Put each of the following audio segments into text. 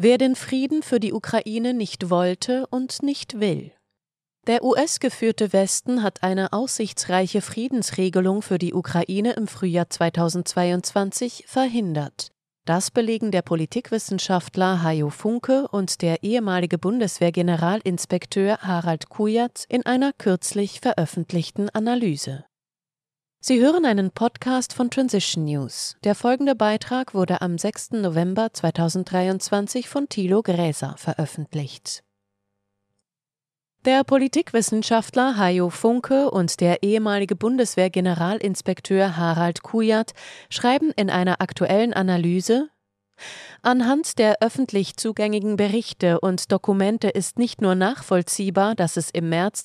Wer den Frieden für die Ukraine nicht wollte und nicht will. Der US-geführte Westen hat eine aussichtsreiche Friedensregelung für die Ukraine im Frühjahr 2022 verhindert. Das belegen der Politikwissenschaftler Hajo Funke und der ehemalige Bundeswehr-Generalinspekteur Harald Kujat in einer kürzlich veröffentlichten Analyse. Sie hören einen Podcast von Transition News. Der folgende Beitrag wurde am 6. November 2023 von Thilo Gräser veröffentlicht. Der Politikwissenschaftler Hajo Funke und der ehemalige Bundeswehr-Generalinspekteur Harald Kujat schreiben in einer aktuellen Analyse: Anhand der öffentlich zugänglichen Berichte und Dokumente ist nicht nur nachvollziehbar, dass es im März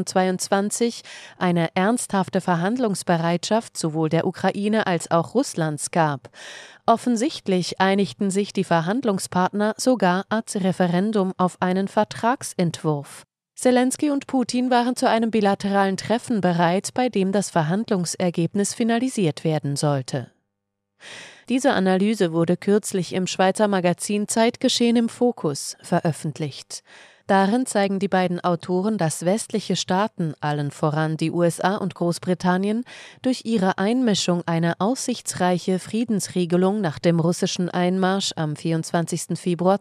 2022 eine ernsthafte Verhandlungsbereitschaft sowohl der Ukraine als auch Russlands gab. Offensichtlich einigten sich die Verhandlungspartner sogar ad Referendum auf einen Vertragsentwurf. Selenskyj und Putin waren zu einem bilateralen Treffen bereit, bei dem das Verhandlungsergebnis finalisiert werden sollte. Diese Analyse wurde kürzlich im Schweizer Magazin Zeitgeschehen im Fokus veröffentlicht. Darin zeigen die beiden Autoren, dass westliche Staaten, allen voran die USA und Großbritannien, durch ihre Einmischung eine aussichtsreiche Friedensregelung nach dem russischen Einmarsch am 24. Februar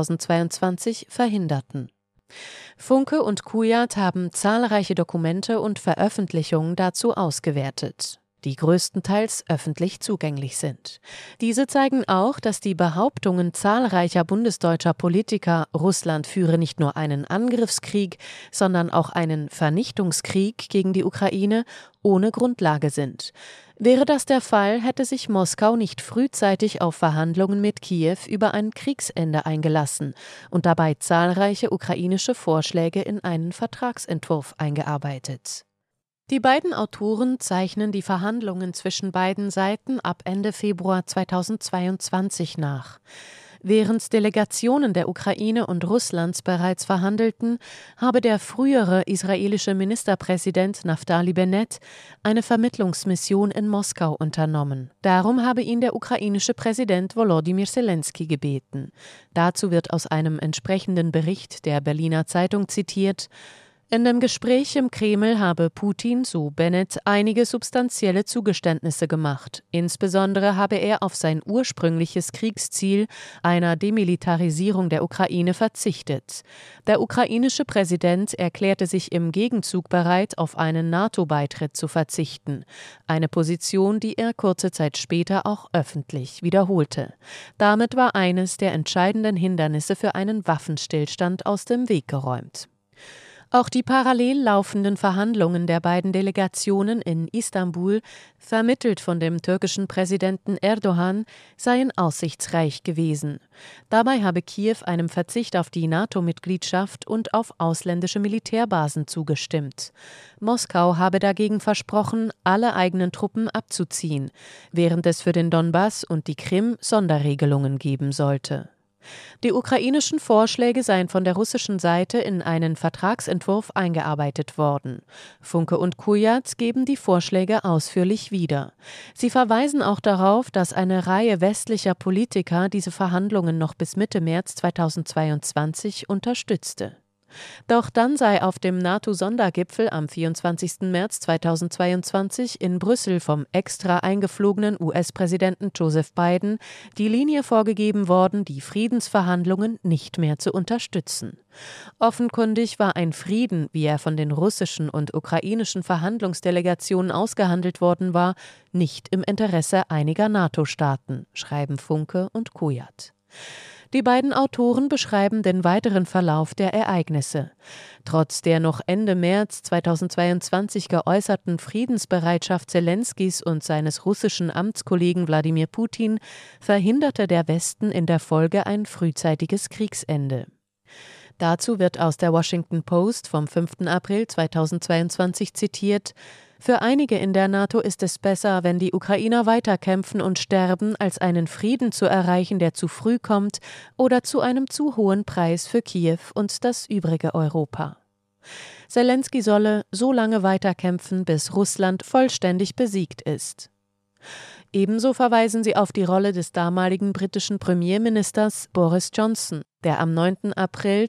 2022 verhinderten. Funke und Kujat haben zahlreiche Dokumente und Veröffentlichungen dazu ausgewertet, die größtenteils öffentlich zugänglich sind. Diese zeigen auch, dass die Behauptungen zahlreicher bundesdeutscher Politiker, Russland führe nicht nur einen Angriffskrieg, sondern auch einen Vernichtungskrieg gegen die Ukraine, ohne Grundlage sind. Wäre das der Fall, hätte sich Moskau nicht frühzeitig auf Verhandlungen mit Kiew über ein Kriegsende eingelassen und dabei zahlreiche ukrainische Vorschläge in einen Vertragsentwurf eingearbeitet. Die beiden Autoren zeichnen die Verhandlungen zwischen beiden Seiten ab Ende Februar 2022 nach. Während Delegationen der Ukraine und Russlands bereits verhandelten, habe der frühere israelische Ministerpräsident Naftali Bennett eine Vermittlungsmission in Moskau unternommen. Darum habe ihn der ukrainische Präsident Volodymyr Selenskyj gebeten. Dazu wird aus einem entsprechenden Bericht der Berliner Zeitung zitiert: In dem Gespräch im Kreml habe Putin, so Bennett, einige substanzielle Zugeständnisse gemacht. Insbesondere habe er auf sein ursprüngliches Kriegsziel einer Demilitarisierung der Ukraine verzichtet. Der ukrainische Präsident erklärte sich im Gegenzug bereit, auf einen NATO-Beitritt zu verzichten. Eine Position, die er kurze Zeit später auch öffentlich wiederholte. Damit war eines der entscheidenden Hindernisse für einen Waffenstillstand aus dem Weg geräumt. Auch die parallel laufenden Verhandlungen der beiden Delegationen in Istanbul, vermittelt von dem türkischen Präsidenten Erdogan, seien aussichtsreich gewesen. Dabei habe Kiew einem Verzicht auf die NATO-Mitgliedschaft und auf ausländische Militärbasen zugestimmt. Moskau habe dagegen versprochen, alle eigenen Truppen abzuziehen, während es für den Donbass und die Krim Sonderregelungen geben sollte. Die ukrainischen Vorschläge seien von der russischen Seite in einen Vertragsentwurf eingearbeitet worden. Funke und Kujat geben die Vorschläge ausführlich wieder. Sie verweisen auch darauf, dass eine Reihe westlicher Politiker diese Verhandlungen noch bis Mitte März 2022 unterstützte. Doch dann sei auf dem NATO-Sondergipfel am 24. März 2022 in Brüssel vom extra eingeflogenen US-Präsidenten Joseph Biden die Linie vorgegeben worden, die Friedensverhandlungen nicht mehr zu unterstützen. Offenkundig war ein Frieden, wie er von den russischen und ukrainischen Verhandlungsdelegationen ausgehandelt worden war, nicht im Interesse einiger NATO-Staaten, schreiben Funke und Kujat. Die beiden Autoren beschreiben den weiteren Verlauf der Ereignisse. Trotz der noch Ende März 2022 geäußerten Friedensbereitschaft Selenskys und seines russischen Amtskollegen Wladimir Putin verhinderte der Westen in der Folge ein frühzeitiges Kriegsende. Dazu wird aus der Washington Post vom 5. April 2022 zitiert: Für einige in der NATO ist es besser, wenn die Ukrainer weiterkämpfen und sterben, als einen Frieden zu erreichen, der zu früh kommt oder zu einem zu hohen Preis für Kiew und das übrige Europa. Selenskyj solle so lange weiterkämpfen, bis Russland vollständig besiegt ist. Ebenso verweisen sie auf die Rolle des damaligen britischen Premierministers Boris Johnson, der am 9. April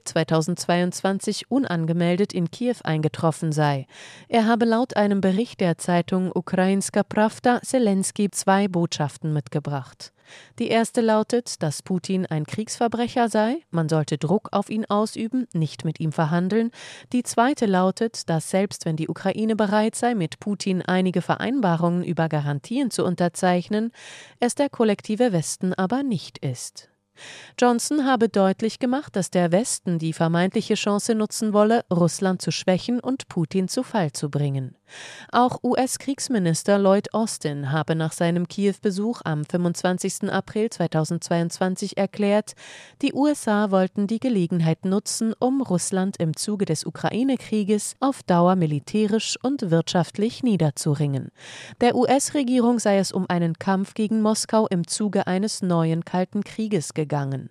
2022 unangemeldet in Kiew eingetroffen sei. Er habe laut einem Bericht der Zeitung Ukrainska Prawda Selenskyj 2 Botschaften mitgebracht. Die erste lautet, dass Putin ein Kriegsverbrecher sei, man sollte Druck auf ihn ausüben, nicht mit ihm verhandeln. Die zweite lautet, dass selbst wenn die Ukraine bereit sei, mit Putin einige Vereinbarungen über Garantien zu unterzeichnen, es der kollektive Westen aber nicht ist. Johnson habe deutlich gemacht, dass der Westen die vermeintliche Chance nutzen wolle, Russland zu schwächen und Putin zu Fall zu bringen. Auch US-Kriegsminister Lloyd Austin habe nach seinem Kiew-Besuch am 25. April 2022 erklärt, die USA wollten die Gelegenheit nutzen, um Russland im Zuge des Ukraine-Krieges auf Dauer militärisch und wirtschaftlich niederzuringen. Der US-Regierung sei es um einen Kampf gegen Moskau im Zuge eines neuen Kalten Krieges gegangen.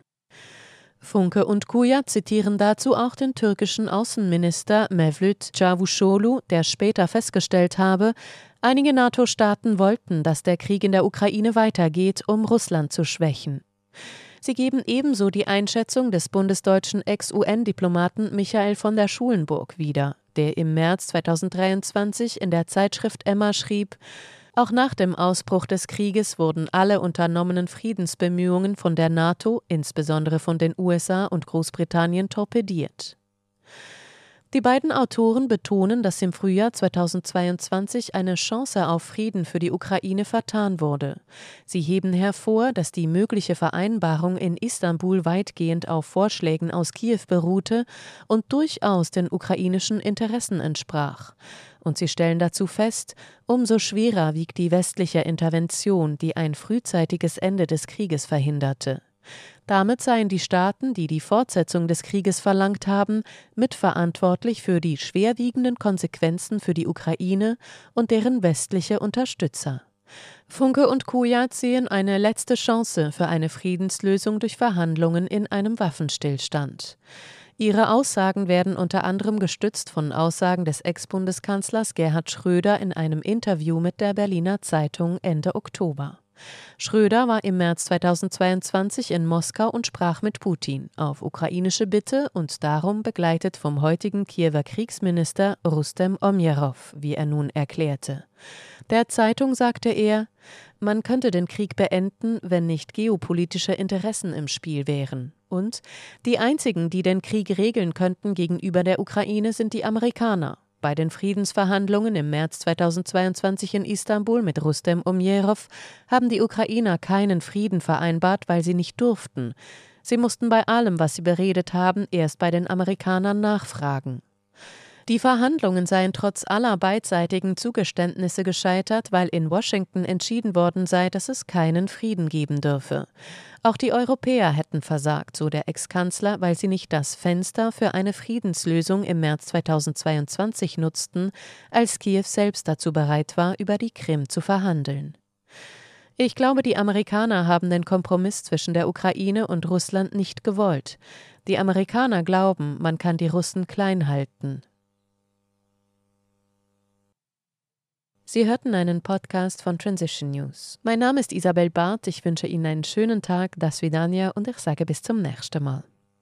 Funke und Kuya zitieren dazu auch den türkischen Außenminister Mevlüt Çavuşoğlu, der später festgestellt habe, einige NATO-Staaten wollten, dass der Krieg in der Ukraine weitergeht, um Russland zu schwächen. Sie geben ebenso die Einschätzung des bundesdeutschen Ex-UN-Diplomaten Michael von der Schulenburg wieder, der im März 2023 in der Zeitschrift Emma schrieb: Auch nach dem Ausbruch des Krieges wurden alle unternommenen Friedensbemühungen von der NATO, insbesondere von den USA und Großbritannien, torpediert. Die beiden Autoren betonen, dass im Frühjahr 2022 eine Chance auf Frieden für die Ukraine vertan wurde. Sie heben hervor, dass die mögliche Vereinbarung in Istanbul weitgehend auf Vorschlägen aus Kiew beruhte und durchaus den ukrainischen Interessen entsprach. Und sie stellen dazu fest, umso schwerer wiegt die westliche Intervention, die ein frühzeitiges Ende des Krieges verhinderte. Damit seien die Staaten, die die Fortsetzung des Krieges verlangt haben, mitverantwortlich für die schwerwiegenden Konsequenzen für die Ukraine und deren westliche Unterstützer. Funke und Kuya sehen eine letzte Chance für eine Friedenslösung durch Verhandlungen in einem Waffenstillstand. Ihre Aussagen werden unter anderem gestützt von Aussagen des Ex-Bundeskanzlers Gerhard Schröder in einem Interview mit der Berliner Zeitung Ende Oktober. Schröder war im März 2022 in Moskau und sprach mit Putin auf ukrainische Bitte und darum begleitet vom heutigen Kiewer Kriegsminister Rustem Umerov, wie er nun erklärte. Der Zeitung sagte er, man könnte den Krieg beenden, wenn nicht geopolitische Interessen im Spiel wären. Und die einzigen, die den Krieg regeln könnten gegenüber der Ukraine, sind die Amerikaner. Bei den Friedensverhandlungen im März 2022 in Istanbul mit Rustem Umerov haben die Ukrainer keinen Frieden vereinbart, weil sie nicht durften. Sie mussten bei allem, was sie beredet haben, erst bei den Amerikanern nachfragen. Die Verhandlungen seien trotz aller beidseitigen Zugeständnisse gescheitert, weil in Washington entschieden worden sei, dass es keinen Frieden geben dürfe. Auch die Europäer hätten versagt, so der Ex-Kanzler, weil sie nicht das Fenster für eine Friedenslösung im März 2022 nutzten, als Kiew selbst dazu bereit war, über die Krim zu verhandeln. Ich glaube, die Amerikaner haben den Kompromiss zwischen der Ukraine und Russland nicht gewollt. Die Amerikaner glauben, man kann die Russen klein halten. Sie hörten einen Podcast von Transition News. Mein Name ist Isabel Barth, ich wünsche Ihnen einen schönen Tag, das Svidania und ich sage bis zum nächsten Mal.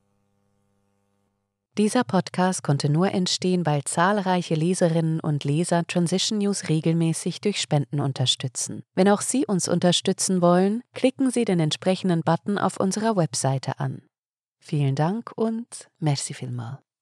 Dieser Podcast konnte nur entstehen, weil zahlreiche Leserinnen und Leser Transition News regelmäßig durch Spenden unterstützen. Wenn auch Sie uns unterstützen wollen, klicken Sie den entsprechenden Button auf unserer Webseite an. Vielen Dank und merci vielmals.